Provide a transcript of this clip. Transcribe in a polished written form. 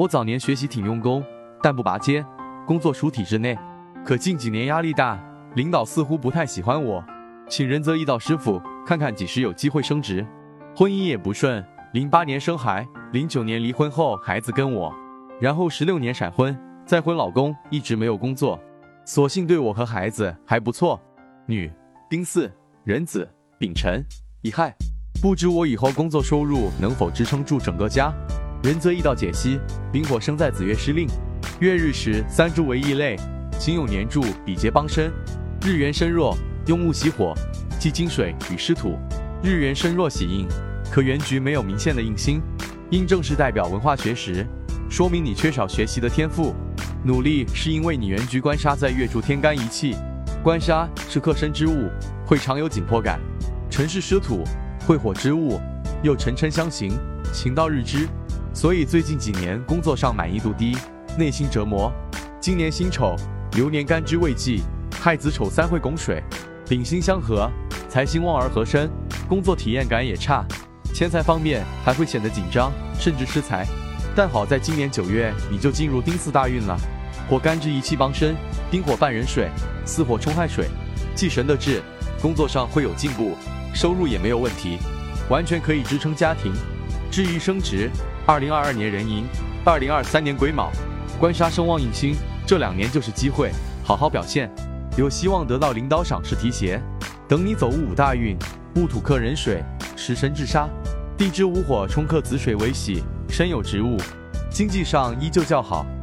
我早年学习挺用功，但不拔尖，工作属体制内。可近几年压力大，领导似乎不太喜欢我，请仁泽一道师傅看看几时有机会升职。婚姻也不顺，08年生孩，09年离婚后孩子跟我，然后16年闪婚，再婚老公一直没有工作，所幸对我和孩子还不错。女，丁巳、壬子、丙辰、乙亥。不知我以后工作收入能否支撑住整个家。仁泽易道解析：丙火生在子月失令，月日时三柱为异类，仅有年柱比劫帮身，日元身弱，用木喜火，忌金水与湿土。日元身弱喜印，可原局没有明显的印星，印正是代表文化学识，说明你缺少学习的天赋。努力是因为你原局官杀在月柱天干一气，官杀是克身之物，会常有紧迫感。辰是湿土，会火之物，又辰辰相刑，情到日支，所以最近几年工作上满意度低，内心折磨。今年辛丑，流年干支未济，亥子丑三会拱水，丙辛相合，财星旺而合身，工作体验感也差，钱财方面还会显得紧张，甚至失财。但好在今年9月你就进入丁巳大运了，火干支一气帮身，丁火伴壬水，巳火冲亥水，忌神的制，工作上会有进步，收入也没有问题，完全可以支撑家庭。至于升职，2022年壬寅，2023年癸卯，官杀生旺印星，这2年就是机会，好好表现，有希望得到领导赏识提携。等你走戊午大运，戊土克壬水，食神制杀，地支午火冲克子水为喜，身有职务，经济上依旧较好。